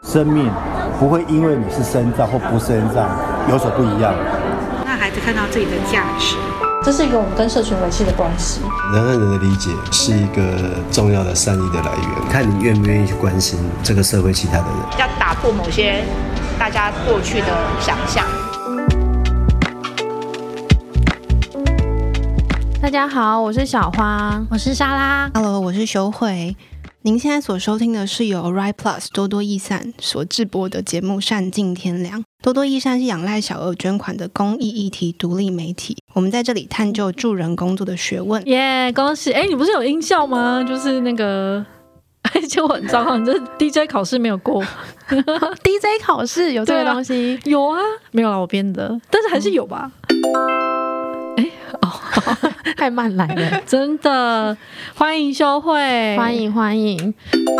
生命不会因为你是身障或不是身障有所不一样， 让孩子看到自己的价值。 这是一个我们跟社群维系的关系。 人和人的理解是一个重要的善意的来源，看你愿不愿意去关心这个社会其他的人， 要打破某些大家过去的想象。 大家好，我是小花， 我是莎拉 ，Hello， 我是修慧。您现在所收听的是由 Right Plus 多多益善所制播的节目《善尽天良》。多多益善是仰赖小额捐款的公益议题独立媒体，我们在这里探究助人工作的学问。 耶、恭喜！你不是有音效吗？就是那个，就很糟糕，你这 DJ 考试没有过。 DJ 考试有这个东西？ 有啊，没有啦，我编的，但是还是有吧。 太慢来了， 真的。欢迎修慧， 欢迎。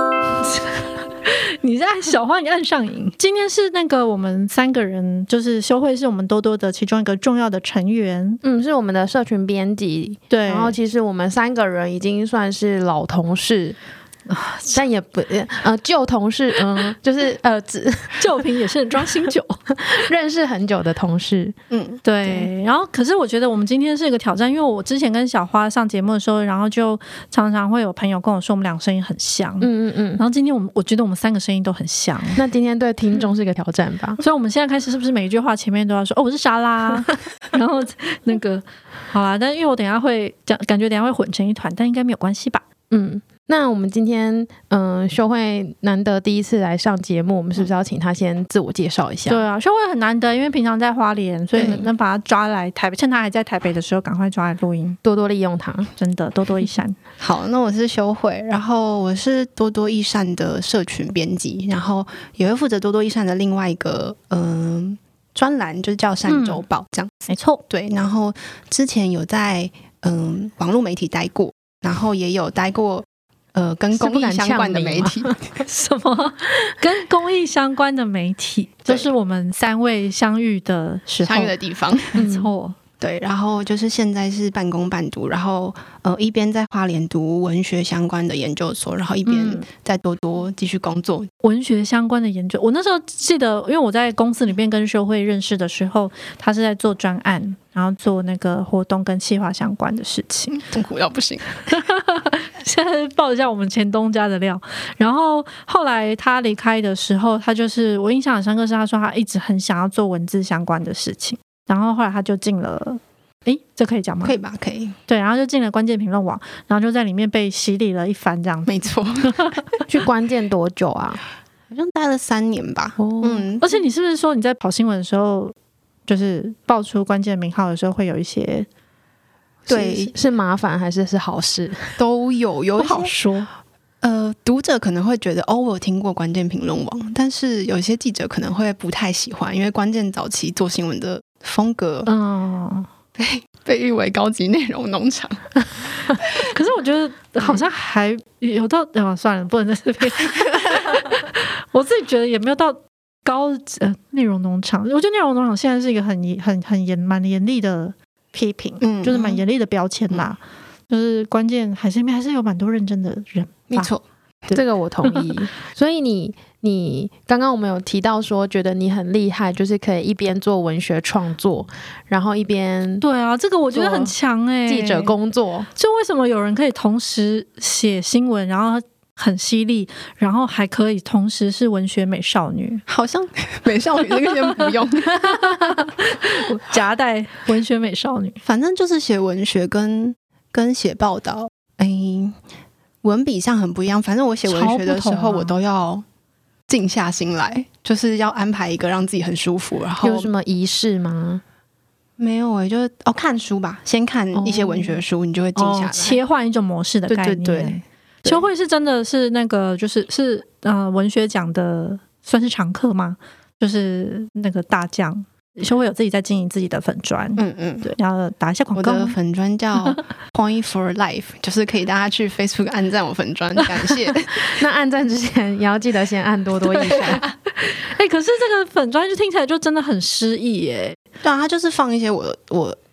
你在按小花，你按上瘾。今天是那个我们三个人，就是修慧是我们多多的其中一个重要的成员， 是我们的社群编辑。 对， 然后其实我们三个人已经算是老同事。但也不旧同事，就是旧瓶也是装新酒， 认识很久的同事， 对。然后，可是我觉得我们今天是一个挑战，因为我之前跟小花上节目的时候，然后就常常会有朋友跟我说我们俩声音很像，然后今天我觉得我们三个声音都很像， 那今天对听众是一个挑战吧？ 所以我们现在开始是不是每一句话前面都要说我是莎拉，然后那个好啦，但因为我等一下会讲，感觉等一下会混成一团，但应该没有关系吧？ 那我们今天修慧难得第一次来上节目，我们是不是要请她先自我介绍一下？ 对啊，修慧很难得，因为平常在花莲，所以能把她抓来台北，趁她还在台北的时候赶快抓来录音， 多多利用她， 真的多多益善。 好，那我是修慧，然后我是多多益善的社群编辑，然后也会负责多多益善的另外一个专栏，就是叫善周报这样子。 没错， 对。然后之前有在网络媒体待过，然后也有待过跟公益相关的媒体。 什么？跟公益相关的媒体，就是我们三位相遇的时候， 相遇的地方。 没错。 对，然后就是现在是半工半读，然后一边在花莲读文学相关的研究所，然后一边在多多继续工作。 文学相关的研究，我那时候记得，因为我在公司里面跟修慧认识的时候，他是在做专案，然后做那个活动跟企划相关的事情， 痛苦到不行。 现在报一下我们前东家的料。然后后来他离开的时候，他就是我印象很深刻，是他说他一直很想要做文字相关的事情。然后后来他就进了，这可以讲吗？ 可以吧，可以。 对，然后就进了关键评论网，然后就在里面被洗礼了一番，这样子。 没错。 去关键多久啊？ 好像待了3年吧。 而且你是不是说你在跑新闻的时候，就是报出关键名号的时候，会有一些对是麻烦还是好事？ 都有不好说。 读者可能会觉得我有听过关键评论网，但是有些记者可能会不太喜欢，因为关键早期做新闻的风格被誉为高级内容农场。 可是我觉得好像还有到算了，不能在这边。我自己觉得也没有到高内容农场。我觉得内容农场现在是一个蛮严厉的批评，就是蛮严厉的标签啦。就是关键还是有蛮多认真的人。 没错， 这个我同意。所以你刚刚我们有提到说，觉得你很厉害，就是可以一边做文学创作，然后一边对啊，这个我觉得很强记者工作。 就为什么有人可以同时写新闻，然后很犀利，然后还可以同时是文学美少女？ 好像美少女这个先不用， 夹带文学美少女， 反正就是写文学跟写报道，文笔上很不一样。反正我写文学的时候，我都要静下心来，就是要安排一个让自己很舒服。然后有什么仪式吗？ 没有就是看书吧，先看一些文学书，你就会静下来， 切换一种模式的概念。对，修慧是真的是那个是文学奖的算是常客吗？就是那个大将。修慧有自己在经营自己的粉专，对，要打一下广告。 我的粉专叫 Point for Life， 就是可以大家去 Facebook 按赞我粉专，感谢。 那按赞之前也要记得先按多多益善。 可是这个粉专就听起来就真的很诗意耶。 对啊，他就是放一些我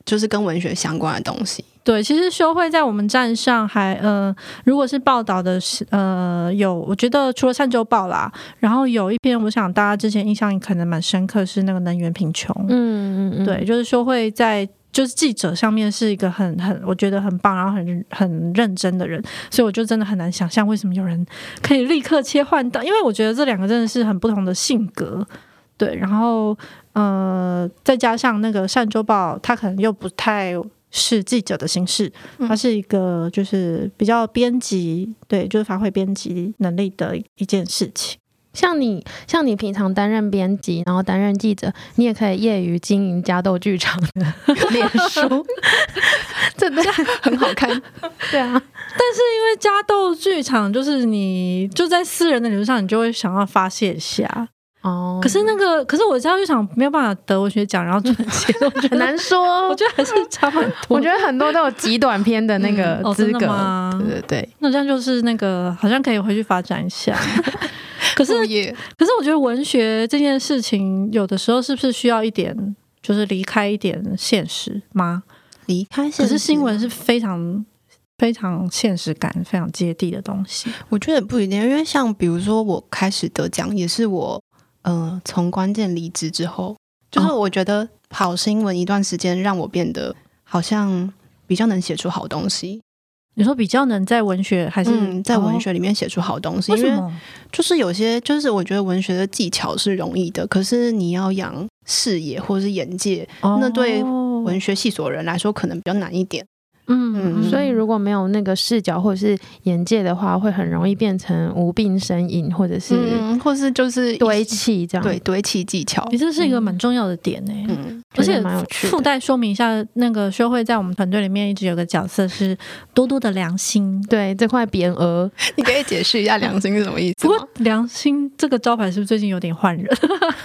就是跟文学相关的东西。 对，其实修会在我们站上还如果是报道的有，我觉得除了《疍州报》啦，然后有一篇我想大家之前印象可能蛮深刻是那个能源贫穷。对，就是修会在就是记者上面是一个很我觉得很棒，然后很认真的人，所以我就真的很难想象为什么有人可以立刻切换到，因为我觉得这两个真的是很不同的性格。对，然后再加上那个《疍州报》，它可能又不太是记者的形式，它是一个就是比较编辑，对，就是发挥编辑能力的一件事情。 像你平常担任编辑，然后担任记者，你也可以业余经营家斗剧场的脸书， 真的很好看。 对啊， 但是因为家斗剧场，就是你就在私人的脸书上，你就会想要发泄一下。可是我家斗剧场没有办法得文学奖，然后赚钱，我觉得很难说。 我觉得还是差蛮多。 我觉得很多都有极短篇的那个资格。对， 那这样就是那个好像可以回去发展一下。可是我觉得文学这件事情，有的时候是不是需要一点，就是离开一点现实吗？ 离开现实， 可是新闻是非常非常现实感、非常接地的东西。 我觉得不一定，因为像比如说我开始得奖，也是我从关键离职之后，就是我觉得跑新闻一段时间，让我变得好像比较能写出好东西。 你说比较能在文学还是在文学里面写出好东西？ 为什么？ 因为就是有些，就是我觉得文学的技巧是容易的，可是你要养视野或是眼界，那对文学系所人来说可能比较难一点。 所以如果没有那个视角或者是眼界的话，会很容易变成无病呻吟，或者是就是堆砌这样。 对，堆砌技巧， 这是一个蛮重要的点而且蛮有趣的。 附带说明一下，那个修会在我们团队里面一直有个角色是多多的良心。 对，这块匾额， 你可以解释一下良心是什么意思吗？ 不过良心这个招牌是不是最近有点换人？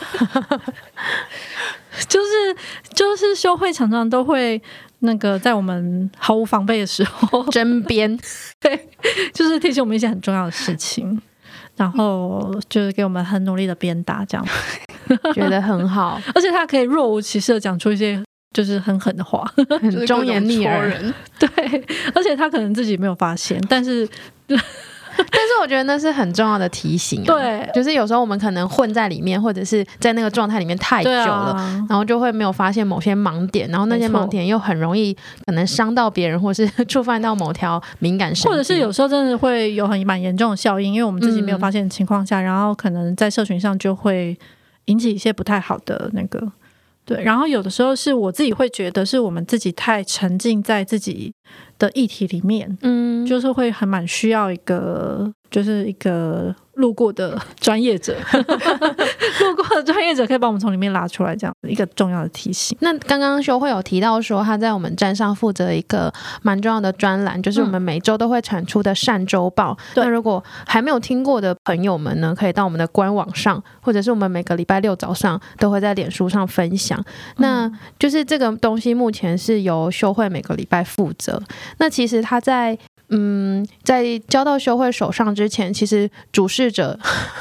就是修会常常都会那个在我们毫无防备的时候争编， 对，就是提醒我们一些很重要的事情，然后就是给我们很努力的鞭打，这样觉得很好。 而且他可以若无其事的讲出一些就是很狠的话， 很忠言逆耳。 对，而且他可能自己没有发现，但是我觉得那是很重要的提醒。 对， 就是有时候我们可能混在里面，或者是在那个状态里面太久了，然后就会没有发现某些盲点，然后那些盲点又很容易可能伤到别人，或是触犯到某条敏感神经， 或者是有时候真的会有蛮严重的效应，因为我们自己没有发现的情况下，然后可能在社群上就会引起一些不太好的那个。对，然后有的时候是我自己会觉得是我们自己太沉浸在自己的议题里面，就是会蛮需要一个路过的专业者，路过的专业者可以把我们从里面拉出来，这样一个重要的提醒。 那刚刚修会有提到说，他在我们站上负责一个蛮重要的专栏，就是我们每周都会产出的《疍州报》。那如果还没有听过的朋友们呢，可以到我们的官网上，或者是我们每个礼拜六早上都会在脸书上分享。那就是这个东西目前是由修会每个礼拜负责。那其实他在交到修会手上之前，其实主事者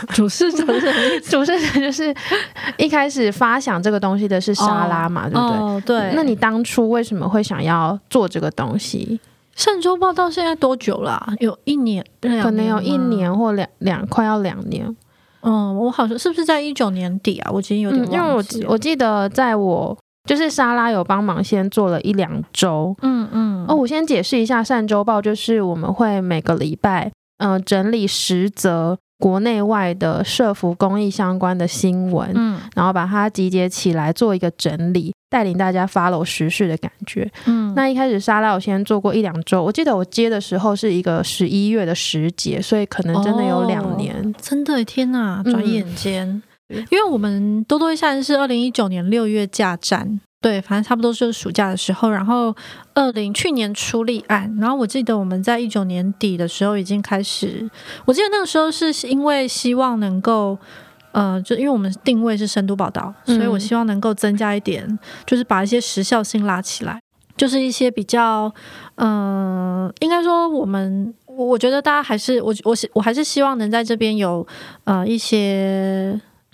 就是一开始发想这个东西的是莎拉嘛，对不对？ 对。 那你当初为什么会想要做这个东西？ 疍州报到现在多久啦？有1年， 可能有1年或快要2年。 我好像是不是在19年底啊？我今天有点忘记了， 因为我记得在我。就是莎拉有帮忙先做了1-2周，我先解释一下，疍州报就是我们会每个礼拜整理10则国内外的社福公益相关的新闻，然后把它集结起来做一个整理，带领大家 follow 时事的感觉。那一开始莎拉有先做过1-2周，我记得我接的时候是一个11月的时节，所以可能真的有2年。 真的天哪，转眼间。因为我们多多益善是2019年6月架站，对，反正差不多就是暑假的时候，然后去年初立案，然后我记得我们在19年底的时候已经开始，我记得那个时候是因为希望能够就因为我们定位是深度报道，所以我希望能够增加一点，就是把一些时效性拉起来，就是一些比较应该说我觉得大家还是我还是希望能在这边有一些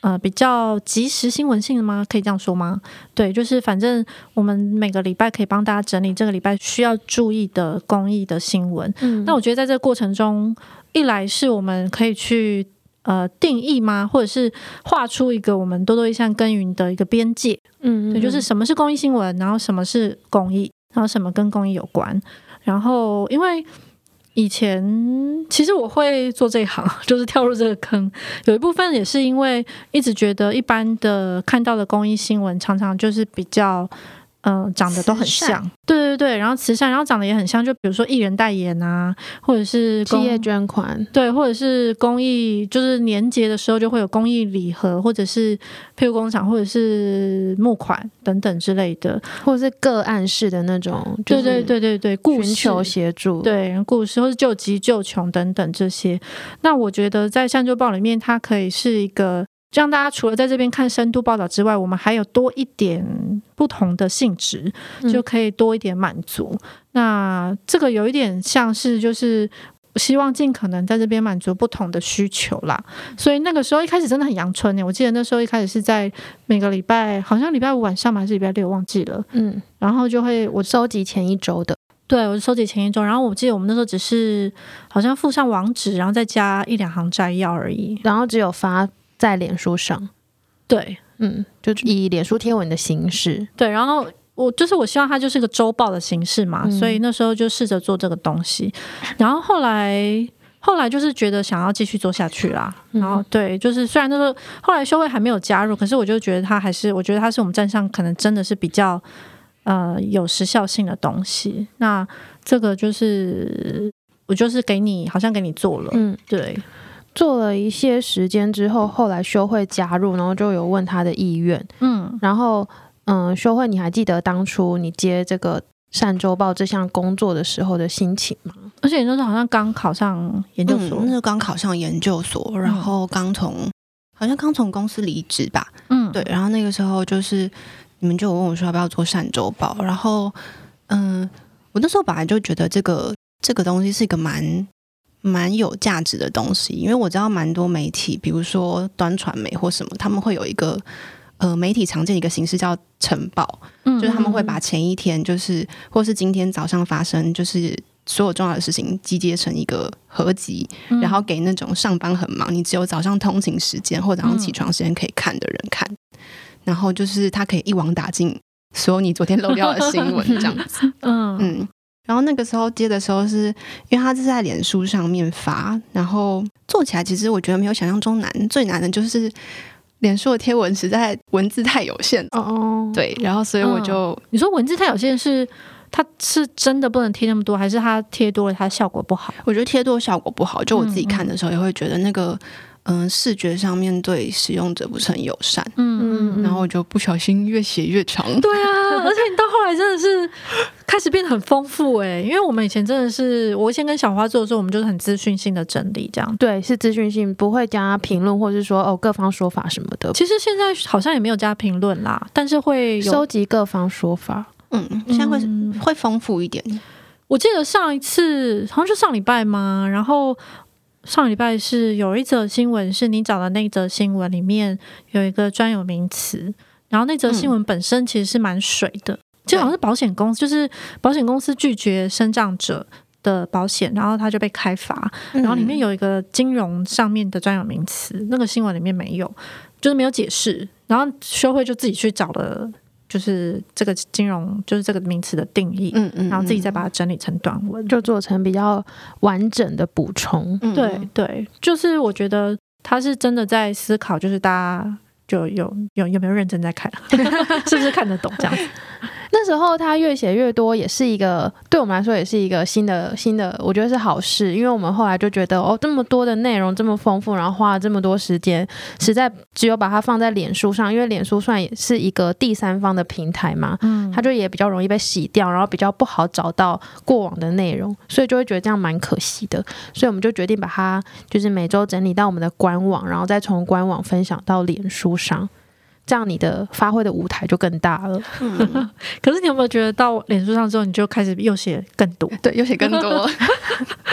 比较即时新闻性的吗？可以这样说吗？对，就是反正我们每个礼拜可以帮大家整理这个礼拜需要注意的公益的新闻。那我觉得在这个过程中，一来是我们可以去定义吗？或者是画出一个我们多多益善耕耘的一个边界。对，就是什么是公益新闻，然后什么是公益，然后什么跟公益有关。然后因为以前其实我会做这一行，就是跳入这个坑，有一部分也是因为一直觉得一般的看到的公益新闻常常就是比较长得都很像，对，然后慈善，然后长得也很像，就比如说艺人代言啊，或者是企业捐款， 对，或者是公益，就是年节的时候就会有公益礼盒，或者是庇护工厂，或者是募款等等之类的， 或者是个案式的那种， 对，故事寻求协助， 对，故事或是救急救穷等等这些。那我觉得在善周报里面，它可以是一个让大家除了在这边看深度报道之外，我们还有多一点不同的性质，就可以多一点满足。那这个有一点像是就是希望尽可能在这边满足不同的需求啦。所以那个时候一开始真的很阳春耶，我记得那时候一开始是在每个礼拜，好像礼拜五晚上还是礼拜六忘记了，然后就会我收集前一周的。 对，我收集前一周，然后我记得我们那时候只是好像附上网址，然后再加1-2行摘要而已， 然后只有发在脸书上， 对， 就以脸书贴文的形式， 对，然后我希望它就是个周报的形式嘛，所以那时候就试着做这个东西，然后后来就是觉得想要继续做下去啦，然后对，就是虽然那时候后来修会还没有加入，可是我就觉得我觉得它是我们站上可能真的是比较有时效性的东西，那这个就是我就是好像给你做了，对。 做了一些时间之后，后来修会加入，然后就有问他的意愿。然后修会，你还记得当初你接这个善周报这项工作的时候的心情吗？ 而且那时候好像刚考上研究所， 那时候刚考上研究所，然后好像刚从公司离职吧。对，然后那个时候就是你们就问我说要不要做善周报，然后我那时候本来就觉得这个东西是一个蛮有价值的东西，因为我知道蛮多媒体，比如说端传媒或什么，他们会有一个媒体常见的一个形式叫晨报，就是他们会把前一天就是或是今天早上发生就是所有重要的事情集结成一个合集，然后给那种上班很忙，你只有早上通勤时间或早上起床时间可以看的人看，然后就是他可以一网打尽所有你昨天漏掉的新闻这样子。然后那个时候接的时候是因为他是在脸书上面发，然后做起来其实我觉得没有想象中难，最难的就是脸书的贴文实在文字太有限对，然后所以我就你说文字太有限是它是真的不能贴那么多，还是它贴多了它效果不好？ 我觉得贴多效果不好，就我自己看的时候也会觉得那个视觉上面对使用者不是很友善，然后我就不小心越写越长。 对啊，而且你到后来真的是开始变得很丰富因为我们以前真的是我先跟小花做的时候，我们就是很资讯性的整理这样。 对，是资讯性，不会加评论或是说各方说法什么的。 其实现在好像也没有加评论啦，但是会有收集各方说法。 现在会丰富一点。 我记得上一次好像就上礼拜嘛，然后上礼拜是有一则新闻，是你找的那则新闻里面有一个专有名词，然后那则新闻本身其实是蛮水的，就好像是保险公司，就是保险公司拒绝身障者的保险，然后他就被开罚，然后里面有一个金融上面的专有名词，那个新闻里面没有，就是没有解释，然后修会就自己去找了。就是这个金融，就是这个名词的定义，然后自己再把它整理成短文， 就做成比较完整的补充。 对，就是我觉得他是真的在思考，就是大家就有没有认真在看，是不是看得懂这样子？ 那时候他越写越多，也是一个对我们来说也是一个新的，我觉得是好事，因为我们后来就觉得这么多的内容这么丰富，然后花了这么多时间，实在只有把它放在脸书上，因为脸书算也是一个第三方的平台嘛，它就也比较容易被洗掉，然后比较不好找到过往的内容，所以就会觉得这样蛮可惜的，所以我们就决定把它就是每周整理到我们的官网，然后再从官网分享到脸书上。这样你的发挥的舞台就更大了。 可是你有没有觉得到脸书上之后，你就开始又写更多？ 对，又写更多。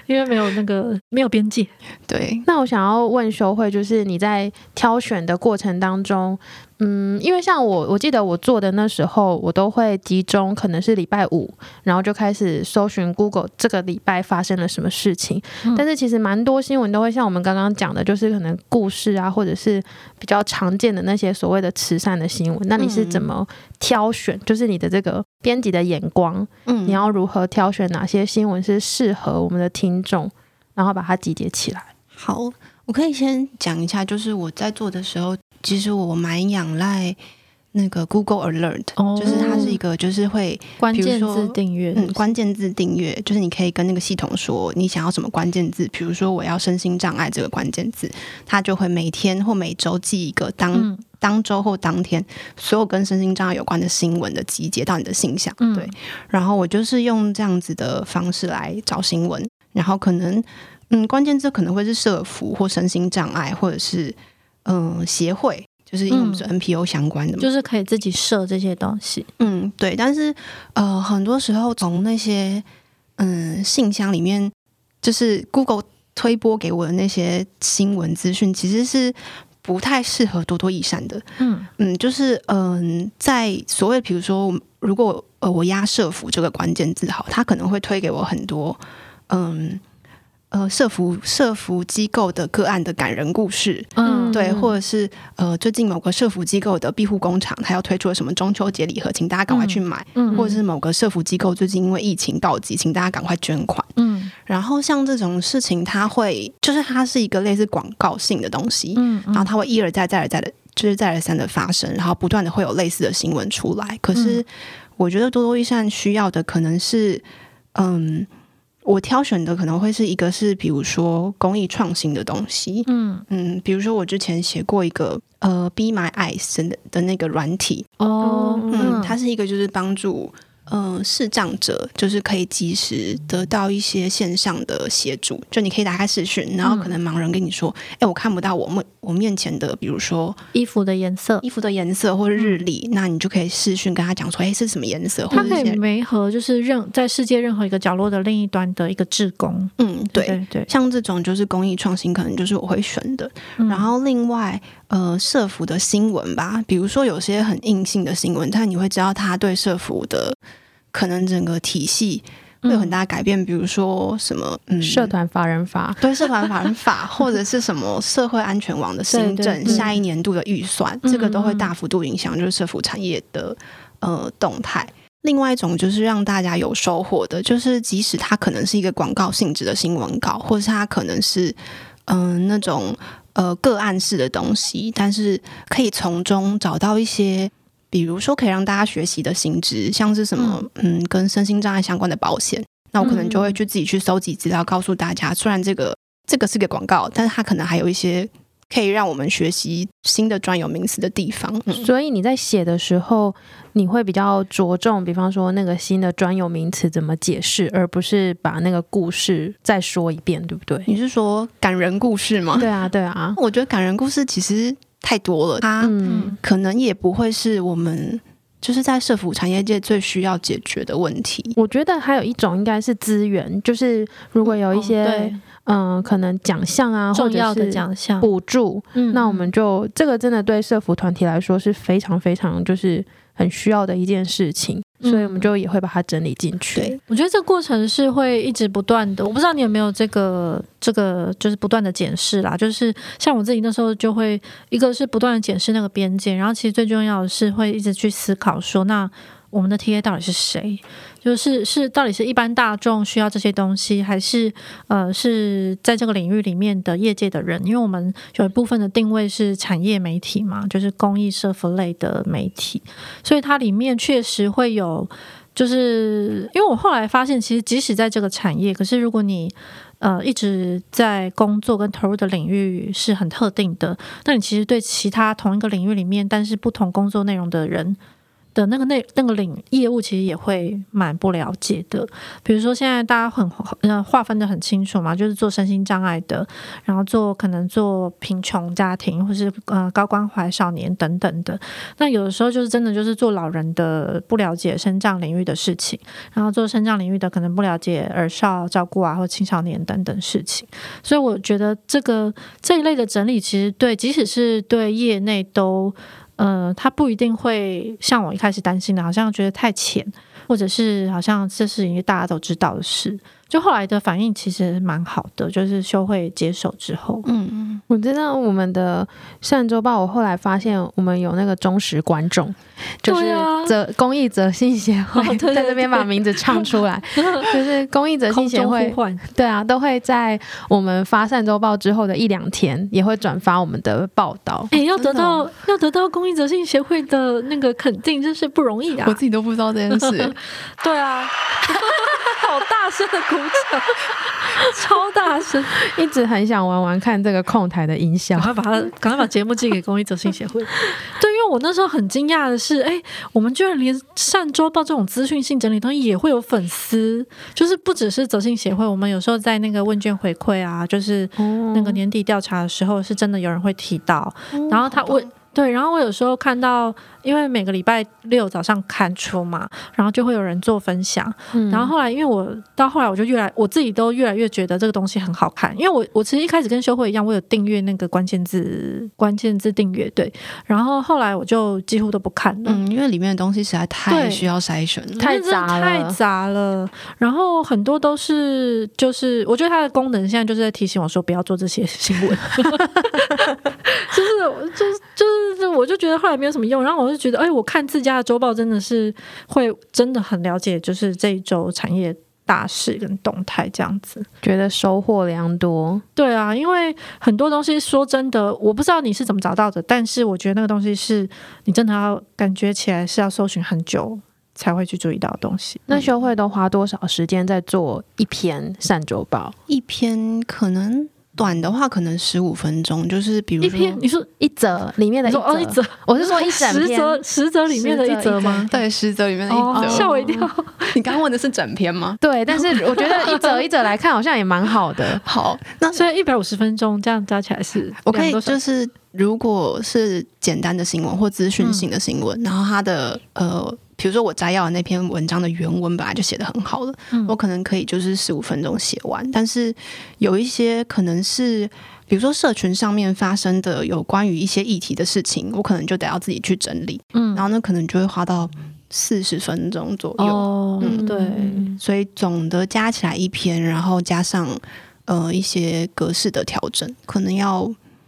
因为没有边界。 对， 那我想要问修慧，就是你在挑选的过程当中，因为像我记得我做的那时候，我都会集中可能是礼拜五，然后就开始搜寻 Google 这个礼拜发生了什么事情。但是其实蛮多新闻都会像我们刚刚讲的，就是可能故事啊，或者是比较常见的那些所谓的慈善的新闻。那你是怎么挑选？就是你的这个编辑的眼光，你要如何挑选哪些新闻是适合我们的听众，然后把它集结起来？ 好，我可以先讲一下，就是我在做的时候，其实我蛮仰赖那个 Google Alert，就是它是一个就是会关键字订阅， 关键字订阅，就是你可以跟那个系统说你想要什么关键字，比如说我要身心障碍这个关键字，它就会每天或每周寄一个当周或当天所有跟身心障碍有关的新闻的集结到你的信箱，对。然后我就是用这样子的方式来找新闻，然后可能关键字可能会是社福或身心障碍，或者是协会。就是因为我们是 NPO 相关的嘛， 就是可以自己设这些东西。 对。但是很多时候从那些信箱里面，就是 Google 推播给我的那些新闻资讯，其实是不太适合多多益善的。就是在所谓比如说，如果我压社福这个关键字好，它可能会推给我很多社福机构的个案的感人故事，对，或者是最近某个社福机构的庇护工厂，它要推出了什么中秋节礼盒，请大家赶快去买，或者是某个社福机构最近因为疫情告急，请大家赶快捐款。然后像这种事情，它是一个类似广告性的东西，然后它会一而再再而再的，就是再而三的发生，然后不断的会有类似的新闻出来。可是我觉得多多益善需要的可能是我挑选的可能会是一个是比如说公益创新的东西，比如说我之前写过一个Be My Eyes 的那个软体，它是一个就是帮助视障者就是可以及时得到一些线上的协助，就你可以打开视讯，然后可能盲人跟你说我看不到我面前的比如说衣服的颜色或者日历，那你就可以视讯跟他讲说是什么颜色， 它可以媒合就是在世界任何一个角落的另一端的一个志工。 对，像这种就是公益创新可能就是我会选的。然后另外社福的新闻吧，比如说有些很硬性的新闻，但你会知道它对社福的可能整个体系会有很大的改变，比如说什么社团法人法， 对，社团法人法，或者是什么社会安全网的新政，下一年度的预算，这个都会大幅度影响就是社福产业的动态。另外一种就是让大家有收获的，就是即使它可能是一个广告性质的新闻稿，或者是它可能是那种个案式的东西，但是可以从中找到一些比如说可以让大家学习的新知，像是什么跟身心障碍相关的保险，那我可能就会去自己去搜集资料，告诉大家虽然这个是个广告，但是它可能还有一些可以让我们学习新的专有名词的地方。 所以你在写的时候你会比较着重比方说那个新的专有名词怎么解释，而不是把那个故事再说一遍，对不对？ 你是说感人故事吗？ 对啊我觉得感人故事其实太多了，它可能也不会是我们就是在社福产业界最需要解决的问题。 我觉得还有一种应该是资源，就是如果有一些可能奖项啊， 重要的或者是奖项补助，那我们就这个真的对社福团体来说是非常非常就是很需要的一件事情，所以我们就也会把它整理进去。 对， 我觉得这个过程是会一直不断的，我不知道你有没有这个就是不断的检视啦，就是像我自己那时候就会一个是不断的检视那个边界，然后其实最重要的是会一直去思考说，那我们的 TA 到底是谁？就是到底是一般大众需要这些东西，还是是在这个领域里面的业界的人？因为我们有一部分的定位是产业媒体嘛，就是公益社福类的媒体，所以它里面确实会有，就是因为我后来发现，其实即使在这个产业，可是如果你一直在工作跟投入的领域是很特定的，那你其实对其他同一个领域里面但是不同工作内容的人的那个业务其实也会蛮不了解的。比如说现在大家划分的很清楚嘛，就是做身心障碍的，然后可能做贫穷家庭，或是高关怀少年等等的。那有的时候就是真的就是做老人的不了解身障领域的事情，然后做身障领域的可能不了解儿少照顾啊或青少年等等事情。所以我觉得这一类的整理其实即使是对业内都他不一定会像我一开始担心的，好像觉得太浅，或者是好像这是因为大家都知道的事。就后来的反应其实蛮好的，就是修会接手之后。 我知道我们的善周报，我后来发现我们有那个忠实观众，就是公益泽信协会，在这边把名字唱出来，就是公益泽信协会，对啊，都会在我们发善周报之后的1-2天，也会转发我们的报道。 要得到公益泽信协会的那个肯定，真是不容易啊！ 我自己都不知道这件事。 对啊。好大声的鼓掌，超大声！ 一直很想玩看这个控台的音效， 赶快把节目寄给公益泽信协会。对，因为我那时候很惊讶的是，我们居然连善周报这种资讯性整理东西也会有粉丝，就是不只是泽信协会，我们有时候在那个问卷回馈啊，就是那个年底调查的时候，是真的有人会提到，然后对，然后我有时候看到，因为每个礼拜6早上刊出嘛，然后就会有人做分享，然后后来因为我就我自己都越来越觉得这个东西很好看，因为我其实一开始跟修会一样，我有订阅那个关键字订阅，对，然后后来我就几乎都不看了， 因为里面的东西实在太需要筛选了， 太杂了，然后很多都是就是我觉得它的功能现在就是在提醒我说不要做这些新闻，就是我就觉得后来没有什么用，然后我就觉得我看自家的周报真的是会真的很了解就是这一周产业大事跟动态这样子， 觉得收获良多。 对啊，因为很多东西说真的我不知道你是怎么找到的，但是我觉得那个东西是你真的要感觉起来是要搜寻很久才会去注意到的东西。 那修会都花多少时间在做一篇善周报？ 一篇可能短的话可能15分钟，就是比如说一篇，你说一则里面的一则，我是说一整篇 10则里面的一则吗？ 对，10则里面的一则， 吓我一跳。 你刚刚问的是整篇吗？ 对，但是我觉得一则一则来看好像也蛮好的。 好，那所以150分钟这样加起来是我可以就是如果是简单的新闻或资讯性的新闻，然后它的比如说我摘要的那篇文章的原文本来就写得很好了，我可能可以就是15分钟写完，但是有一些可能是比如说社群上面发生的有关于一些议题的事情，我可能就得要自己去整理，然后呢可能就会花到40分钟左右。 对， 所以总的加起来一篇，然后加上一些格式的调整，可能要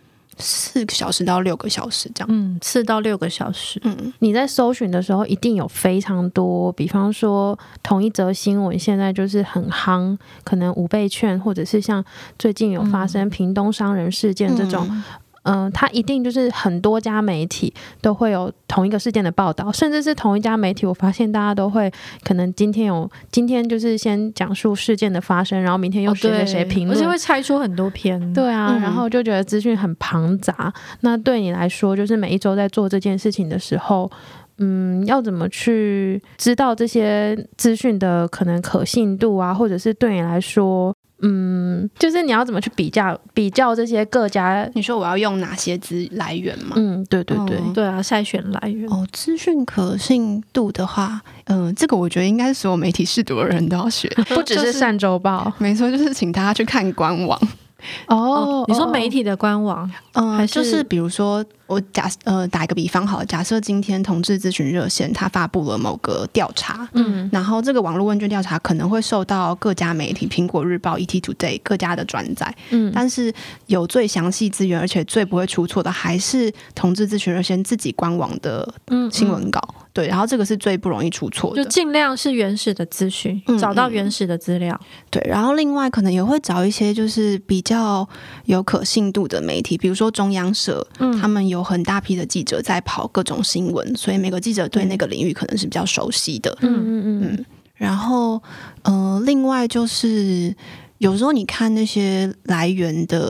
4个小时到6个小时这样。 4到6个小时。 你在搜寻的时候一定有非常多，比方说同一则新闻现在就是很夯，可能5倍券，或者是像最近有发生屏东伤人事件这种，它一定就是很多家媒体都会有同一个事件的报道，甚至是同一家媒体，我发现大家都会可能今天就是先讲述事件的发生，然后明天又谁谁谁评论， 而且会拆出很多篇。 对啊，然后就觉得资讯很庞杂。那对你来说，就是每一周在做这件事情的时候，要怎么去知道这些资讯的可能可信度啊，或者是对你来说就是你要怎么去比较这些各家？ 你说我要用哪些资来源吗？ 对对对， 对啊，筛选来源。 资讯可信度的话，这个我觉得应该是所有媒体识读的人都要学， 不只是善周报。 没错，就是请大家去看官网。 你说媒体的官网，还是就是比如说我打一个比方好了，假设今天同志咨询热线它发布了某个调查，然后这个网络问卷调查可能会受到各家媒体苹果日报、ET Today 各家的转载，但是有最详细资源而且最不会出错的还是同志咨询热线自己官网的新闻稿。对，然后这个是最不容易出错的， 就尽量是原始的资讯，找到原始的资料。 对，然后另外可能也会找一些就是比较有可信度的媒体，比如说中央社，他们有很大批的记者在跑各种新闻，所以每个记者对那个领域可能是比较熟悉的。然后另外就是有时候你看那些来源的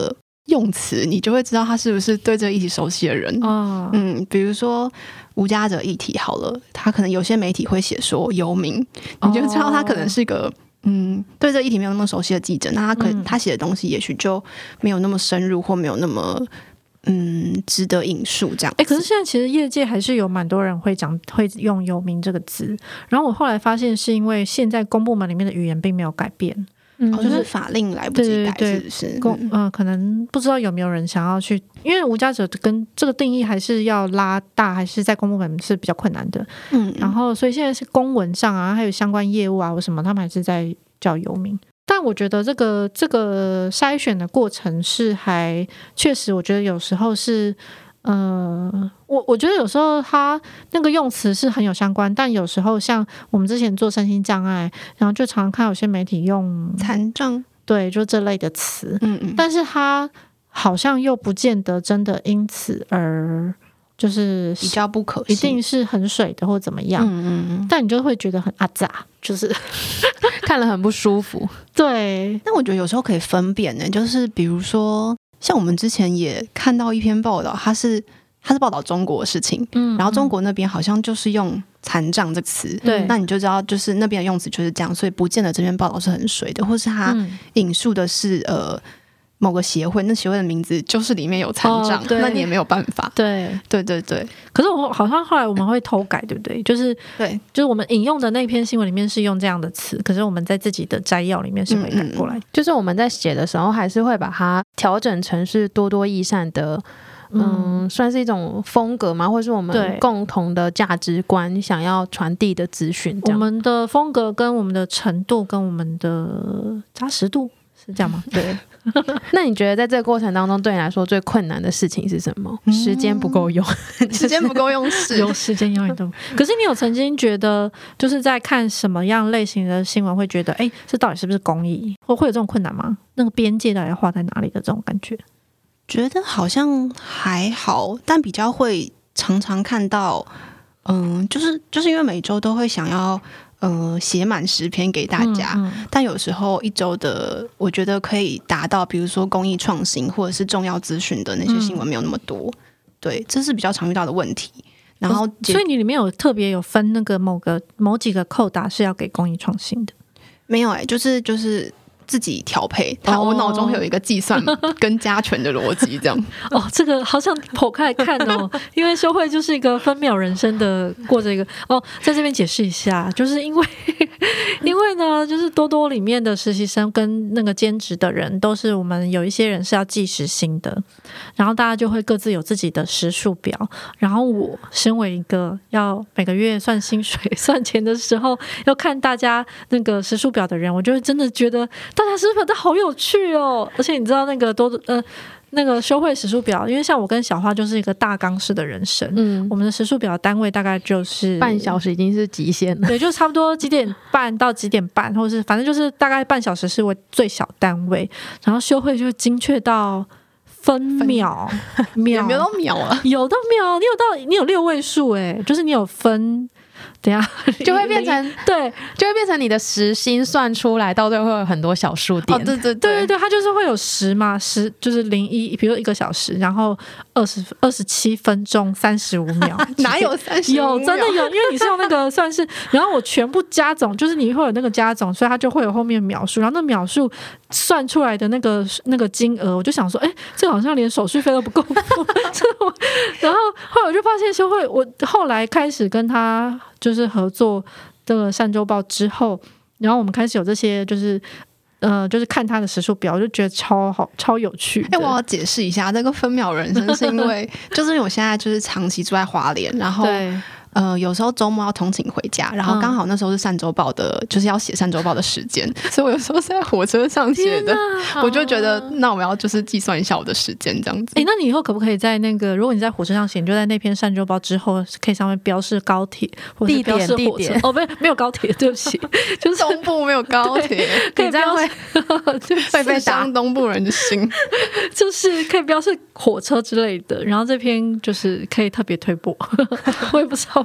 用词，你就会知道他是不是对这个议题熟悉的人。比如说无家者议题好了，他可能有些媒体会写说游民，你就知道他可能是个对这个议题没有那么熟悉的记者，那他写的东西也许就没有那么深入，或没有那么值得引述这样。 可是现在其实业界还是有蛮多人会用游民这个字，然后我后来发现是因为现在公部门里面的语言并没有改变。 就是法令来不及改，是不是？ 可能不知道有没有人想要去，因为无家者跟这个定义还是要拉大，还是在公部门是比较困难的。然后所以现在是公文上啊，还有相关业务啊或什么，他们还是在叫游民。但我觉得这个筛选的过程是还确实，我觉得有时候是。我觉得有时候他那个用词是很有相关，但有时候像我们之前做身心障碍，然后就常常看有些媒体用残障， 对，就这类的词，但是他好像又不见得真的因此而就是比较不可信， 一定是很水的或怎么样，但你就会觉得很阿杂，就是看了很不舒服。 对， 但我觉得有时候可以分辨呢，就是比如说。像我们之前也看到一篇报道，他是报道中国的事情，然后中国那边好像就是用残障这个词， 对， 那你就知道就是那边的用词就是这样，所以不见得这篇报道是很水的，或是他引述的是某个协会，那协会的名字就是里面有残障，那你也没有办法。 对。可是我好像后来我们会偷改，对不对？就是我们引用的那篇新闻里面是用这样的词，可是我们在自己的摘要里面是会改过来。 就是我们在写的时候，还是会把它调整成是多多益善的。算是一种风格吗？或是我们共同的价值观想要传递的资讯。 我们的风格跟我们的程度跟我们的扎实度是这样吗？对。 那你觉得在这个过程当中对你来说最困难的事情是什么？时间不够用。 时间不够用是有时间永远都。可是你有曾经觉得就是在看什么样类型的新闻会觉得这到底是不是公益，或会有这种困难吗？那个边界到底要画在哪里的这种感觉？ 觉得好像还好，但比较会常常看到就是因为每周都会想要写满10篇给大家，但有时候一周的我觉得可以达到比如说公益创新或者是重要资讯的那些新闻没有那么多，对，这是比较常遇到的问题。然后所以你里面有特别有分那个某几个扣打是要给公益创新的？ 没有就是自己调配，我脑中会有一个计算跟加权的逻辑，这样。 这个好想剖开来看哦，因为修慧就是一个分秒人生的过着一个在这边解释一下，就是因为呢，就是多多里面的实习生跟那个兼职的人，都是我们有一些人是要计时薪的，然后大家就会各自有自己的时数表，然后我身为一个要每个月算薪水算钱的时候要看大家那个时数表的人，我就会真的觉得大家时数表都好有趣哦。而且你知道那个修慧时数表，因为像我跟小花就是一个大纲式的人生，我们的时数表单位大概就是半小时已经是极限了， 对，就差不多几点半到几点半，或者是反正就是大概半小时是为最小单位，然后修慧就精确到分秒， 有没有到秒啊？ 有到秒，你有6位数就是你有分。等一下就会变成对，就会变成你的时薪算出来，到最后会有很多小数点。 对，它就是会有10嘛，10就是01，比如1个小时，然后27分钟35秒， 哪有35秒？ 有，真的有，因为你是用那个算是，然后我全部加总，就是你会有那个加总，所以它就会有后面秒数，然后那秒数算出来的那个金额，我就想说，这好像连手续费都不够付，然后后来我就发现修慧，我后来开始跟他就是合作这个善周报之后，然后我们开始有这些就是看他的时数表，我就觉得超好超有趣。 我要解释一下这个分秒人生，是因为就是因为我现在就是长期住在花莲，然后有时候周末要通勤回家，然后刚好那时候是善周报的，就是要写善周报的时间，所以我有时候是在火车上写的，我就觉得那我要就是计算一下我的时间这样子。 那你以后可不可以在那个，如果你在火车上写，你就在那篇善周报之后可以上面标示高铁或者标示火车？没有高铁，对不起，就是东部没有高铁， 可以标示会被伤东部人的心， 就是可以标示火车之类的。然后这篇就是可以特别推播，我也不知道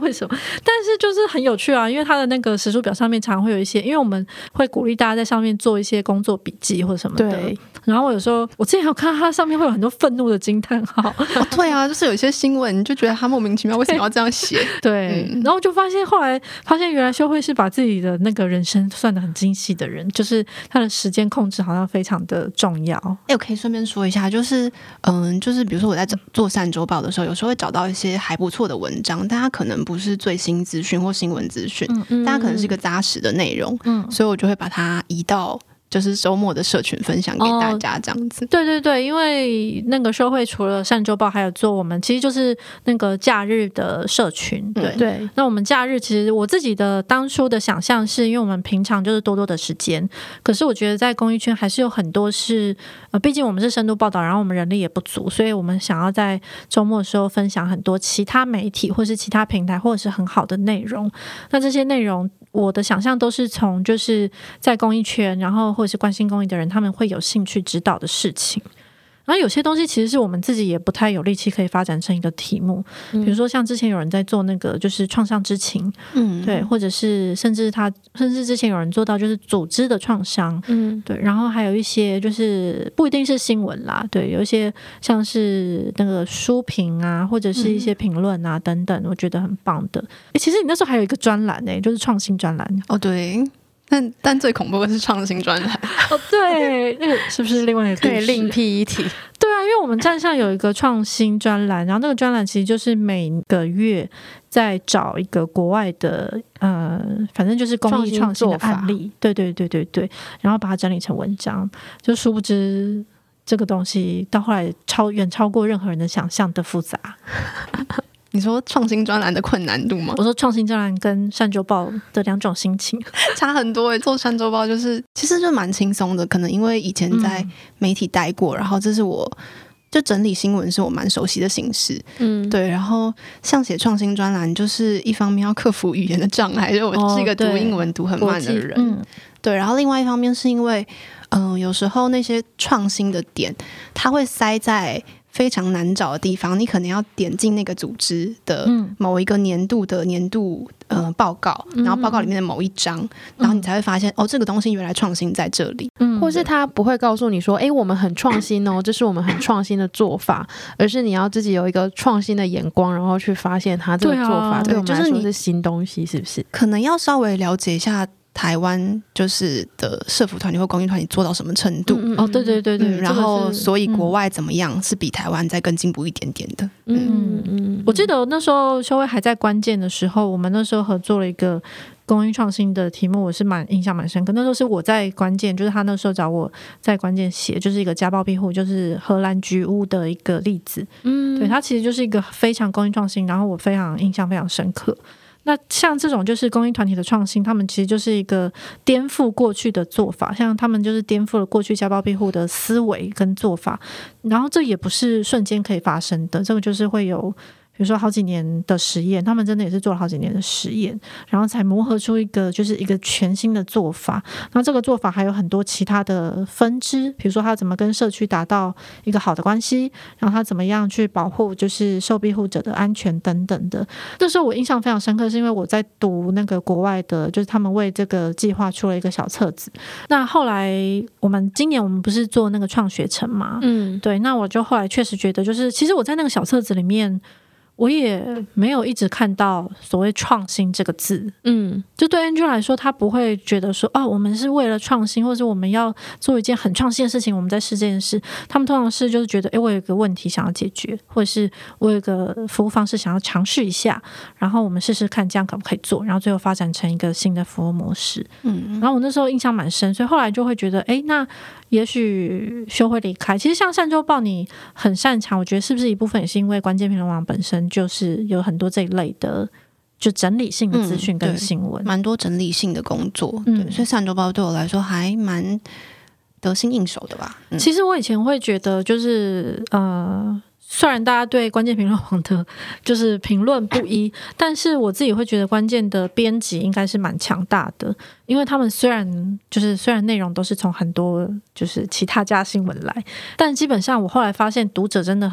为什么，但是就是很有趣啊，因为它的那个时数表上面常常会有一些，因为我们会鼓励大家在上面做一些工作笔记或什么的。 对， 然后我有时候我之前有看到它上面会有很多愤怒的惊叹号。 对啊，就是有些新闻你就觉得他莫名其妙为什么要这样写。 对，然后就后来发现原来修慧是把自己的那个人生算得很精细的人，就是他的时间控制好像非常的重要。 我可以顺便说一下，就是比如说我在做善周报的时候，有时候会找到一些还不错的文章，但它可能不是最新资讯或新闻资讯，但它可能是一个扎实的内容，所以我就会把它移到就是周末的社群分享给大家这样子。 对对对，因为那个修慧除了善周报，还有做我们其实就是那个假日的社群。对对， 那我们假日其实我自己的当初的想象是，因为我们平常就是多的时间，可是我觉得在公益圈还是有很多是毕竟我们是深度报道，然后我们人力也不足，所以我们想要在周末的时候分享很多其他媒体或是其他平台或者是很好的内容。那这些内容我的想象都是从就是在公益圈，然后或者是关心公益的人，他们会有兴趣指导的事情。然后有些东西其实是我们自己也不太有力气可以发展成一个题目，比如说像之前有人在做那个就是创伤知情，对，或者是甚至之前有人做到就是组织的创伤，对，然后还有一些就是不一定是新闻啦，对，有一些像是那个书评啊，或者是一些评论啊等等，我觉得很棒的。其实你那时候还有一个专栏就是创新专栏。 哦，对。但最恐怖的是创新专栏。 哦，对，那个是不是另外一个可以另辟一题？ 对啊，因为我们站上有一个创新专栏，然后那个专栏其实就是每个月在找一个国外的反正就是公益创新的案例，对对对对对，然后把它整理成文章，就殊不知这个东西到后来远超过任何人的想象的复杂。 你说创新专栏的困难度吗？ 我说创新专栏跟善周报的两种心情差很多做善周报其实就蛮轻松的，可能因为以前在媒体待过，然后这是我就整理新闻是我蛮熟悉的形式，对。然后像写创新专栏，就是一方面要克服语言的障碍，就我是一个读英文读很慢的人，对。然后另外一方面是因为有时候那些创新的点，它会塞在非常难找的地方，你可能要点进那个组织的某一个年度报告，然后报告里面的某一章，然后你才会发现这个东西原来创新在这里， 或是他不会告诉你说我们很创新哦，这是我们很创新的做法，而是你要自己有一个创新的眼光，然后去发现他这个做法对我们来说是新东西，是不是？ 可能要稍微了解一下台湾就是的社福团体或公益团体做到什么程度， 对对对对， 然后所以国外怎么样是比台湾再更进步一点点的。 我记得那时候修慧还在关键的时候，我们那时候合作了一个公益创新的题目，我是印象蛮深刻。那时候是我在关键，就是他那时候找我在关键写，就是一个家暴庇护，就是荷兰菊屋的一个例子。对，它其实就是一个非常公益创新，然后我非常印象非常深刻。那像这种就是公益团体的创新，他们其实就是一个颠覆过去的做法，像他们就是颠覆了过去家暴庇护的思维跟做法，然后这也不是瞬间可以发生的，这个就是会有比如说好几年的实验，他们真的也是做了好几年的实验，然后才磨合出一个全新的做法。那这个做法还有很多其他的分支，比如说他怎么跟社区达到一个好的关系，然后他怎么样去保护就是受庇护者的安全等等的。那时候我印象非常深刻，是因为我在读那个国外的，就是他们为这个计划出了一个小册子。那后来今年我们不是做那个创学城嘛，对，那我就后来确实觉得，就是其实我在那个小册子里面，我也没有一直看到所谓创新这个字，就对 Angel 来说，他不会觉得说我们是为了创新，或者是我们要做一件很创新的事情，我们在试这件事。他们通常是就是觉得我有一个问题想要解决，或者是我有一个服务方式想要尝试一下，然后我们试试看这样可不可以做，然后最后发展成一个新的服务模式。然后我那时候印象蛮深，所以后来就会觉得那也许修会离开。其实像善周报你很擅长，我觉得是不是一部分也是因为关键评论网本身就是有很多这一类的就整理性的资讯跟新闻， 蛮多整理性的工作，对，所以善周报对我来说还蛮得心应手的吧。 其实我以前会觉得就是虽然大家对关键评论网的就是评论不一，但是我自己会觉得关键的编辑应该是蛮强大的，因为他们虽然内容都是从很多就是其他家新闻来，但基本上我后来发现读者真的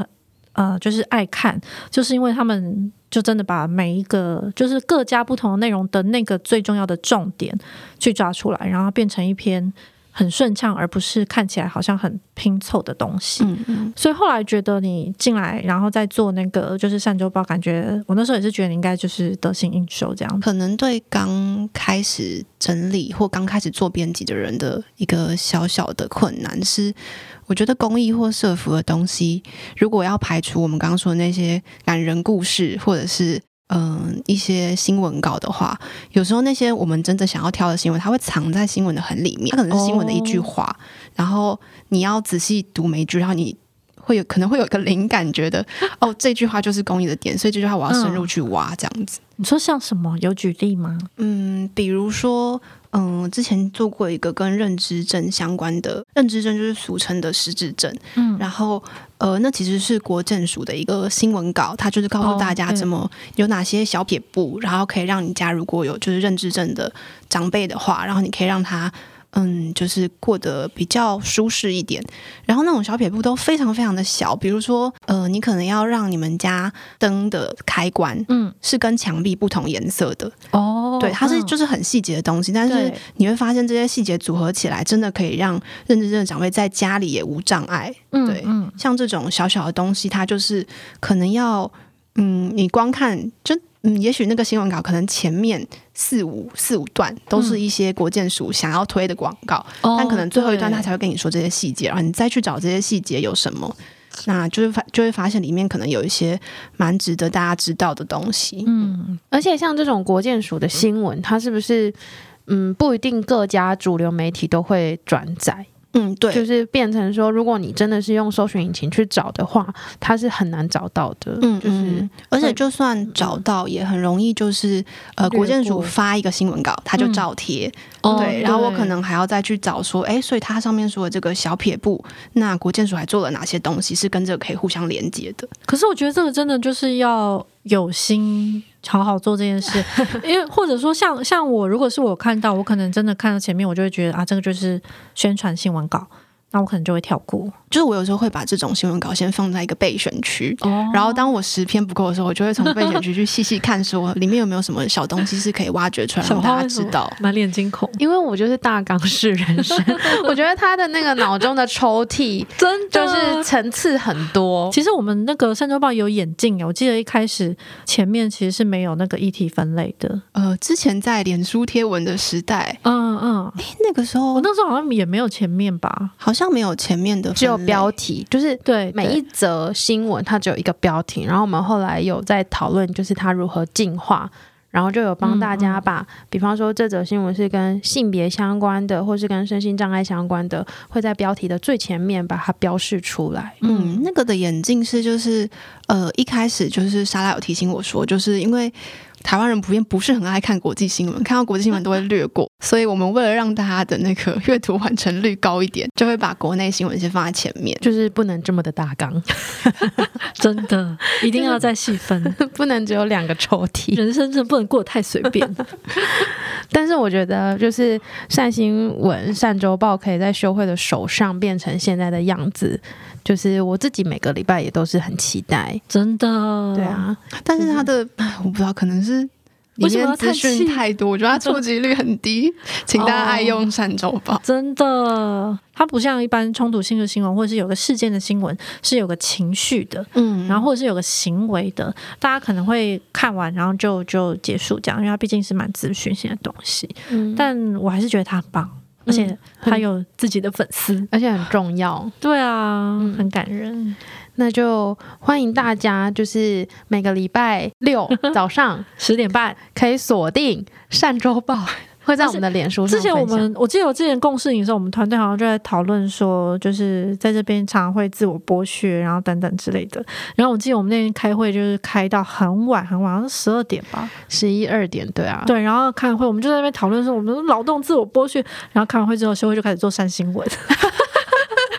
就是爱看，就是因为他们就真的把每一个就是各家不同的内容的那个最重要的重点去抓出来，然后变成一篇很顺畅，而不是看起来好像很拼凑的东西。所以后来觉得你进来，然后再做那个就是善周报，感觉我那时候也是觉得你应该就是得心应手这样。 可能对刚开始整理或刚开始做编辑的人的一个小小的困难是，我觉得公益或社福的东西，如果要排除我们刚刚说的那些感人故事，或者是一些新闻稿的话，有时候那些我们真的想要挑的新闻，它会藏在新闻的很里面，它可能是新闻的一句话，然后你要仔细读每一句，然后你可能会有一个灵感，觉得这句话就是公益的点，所以这句话我要深入去挖，这样子。 你说像什么？有举例吗？ 比如说之前做过一个跟认知症相关的，认知症就是俗称的失智症，然后那其实是国健署的一个新闻稿，它就是告诉大家怎么有哪些小撇步，然后可以让你家如果有就是认知症的长辈的话，然后你可以让他就是过得比较舒适一点。然后那种小撇步都非常非常的小，比如说你可能要让你们家灯的开关是跟墙壁不同颜色的对，它是就是很细节的东西，但是你会发现这些细节组合起来真的可以让认知症的长辈在家里也无障碍。对，像这种小小的东西，它就是可能要你光看就也许那个新闻稿可能前面四五段都是一些国健署想要推的广告，但可能最后一段他才会跟你说这些细节，然后你再去找这些细节有什么，那就会发现里面可能有一些蛮值得大家知道的东西。 而且像这种国健署的新闻，它是不是不一定各家主流媒体都会转载？ 对， 就是变成说，如果你真的是用搜寻引擎去找的话，它是很难找到的。 而且就算找到，也很容易就是国健署发一个新闻稿，它就照贴。对，然后我可能还要再去找说，所以它上面说的这个小撇步，那国健署还做了哪些东西是跟这个可以互相连接的？ 可是我觉得这个真的就是要有心好好做这件事，因为或者说像我，如果是我看到，我可能真的看到前面，我就会觉得这个就是宣传新闻稿，那我可能就会跳过。 就是我有时候会把这种新闻稿先放在一个备选区，然后当我10篇不够的时候，我就会从备选区去细细看，说里面有没有什么小东西是可以挖掘出来让大家知道。 满脸惊恐， 因为我就是大港式人生，我觉得他的那个脑中的抽屉真的就是层次很多。 其实我们那个善周报有眼镜，我记得一开始前面其实是没有那个议题分类的。 之前在脸书贴文的时代，那个时候我那时候好像也没有前面吧， 好像没有前面的分类， 只有标题，就是对每一则新闻它只有一个标题，然后我们后来有在讨论就是它如何进化，然后就有帮大家把比方说这则新闻是跟性别相关的或是跟身心障碍相关的，会在标题的最前面把它标示出来。 那个的眼镜是就是一开始就是莎拉有提醒我说，就是因为台湾人普遍不是很爱看国际新闻，看到国际新闻都会略过，所以我们为了让大家的那个阅读完成率高一点，就会把国内新闻先放在前面， 就是不能这么的大纲真的一定要再细分不能只有2个抽屉， 人生真的不能过得太随便但是我觉得就是善新闻善周报可以在修慧的手上变成现在的样子，就是我自己每个礼拜也都是很期待， 真的。 对啊， 但是他的我不知道，可能是里面资讯太多，我觉得它触及率很低请大家爱用善周报。 真的，它不像一般冲突性的新闻或者是有个事件的新闻是有个情绪的，然后或者是有个行为的，大家可能会看完然后就结束这样，因为它毕竟是蛮资讯性的东西。但我还是觉得它很棒，而且他有自己的粉丝， 而且很重要。 对啊，很感人。 那就欢迎大家，就是每个礼拜6早上 10点半可以锁定善周报，会在我们的脸书上分享。 我记得我之前共事营的时候，我们团队好像就在讨论说，就是在这边常常会自我剥削，然后等等之类的。然后我记得我们那天开会就是开到很晚很晚，好像是12点吧 ，11、2点，对啊， 对。然后开会，我们就在那边讨论说，我们劳动自我剥削。然后开完会之后，修会就开始做善新闻。他就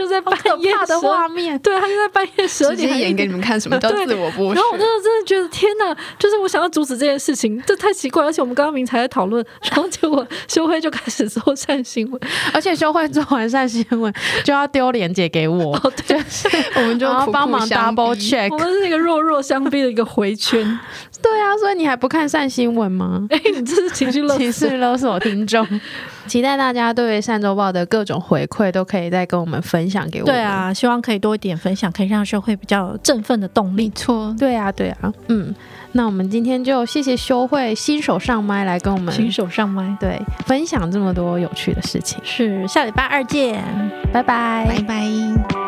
就在半夜好可怕的画面， 对，他就在半夜12点直接演给你们看什么叫自我剥削。 然后我真的觉得天哪，就是我想要阻止这件事情，这太奇怪，而且我们刚刚明才在讨论，然后结果修慧就开始做善新闻， 而且修慧做完善新闻就要丢链接给我，就是我们就然后帮忙 double check， 我们是一个弱弱相逼的一个回圈。 对啊，所以你还不看善新闻吗？ 你这是情绪勒索， 情绪勒索听众。期待大家对善周报的各种回馈都可以再跟我们分享给我们。 对啊，希望可以多一点分享，可以让修慧比较有振奋的动力。 没错， 对啊，那我们今天就谢谢修慧新手上麦来跟我们新手上麦， 对，分享这么多有趣的事情。 是，下礼拜2见， 拜拜， 拜拜。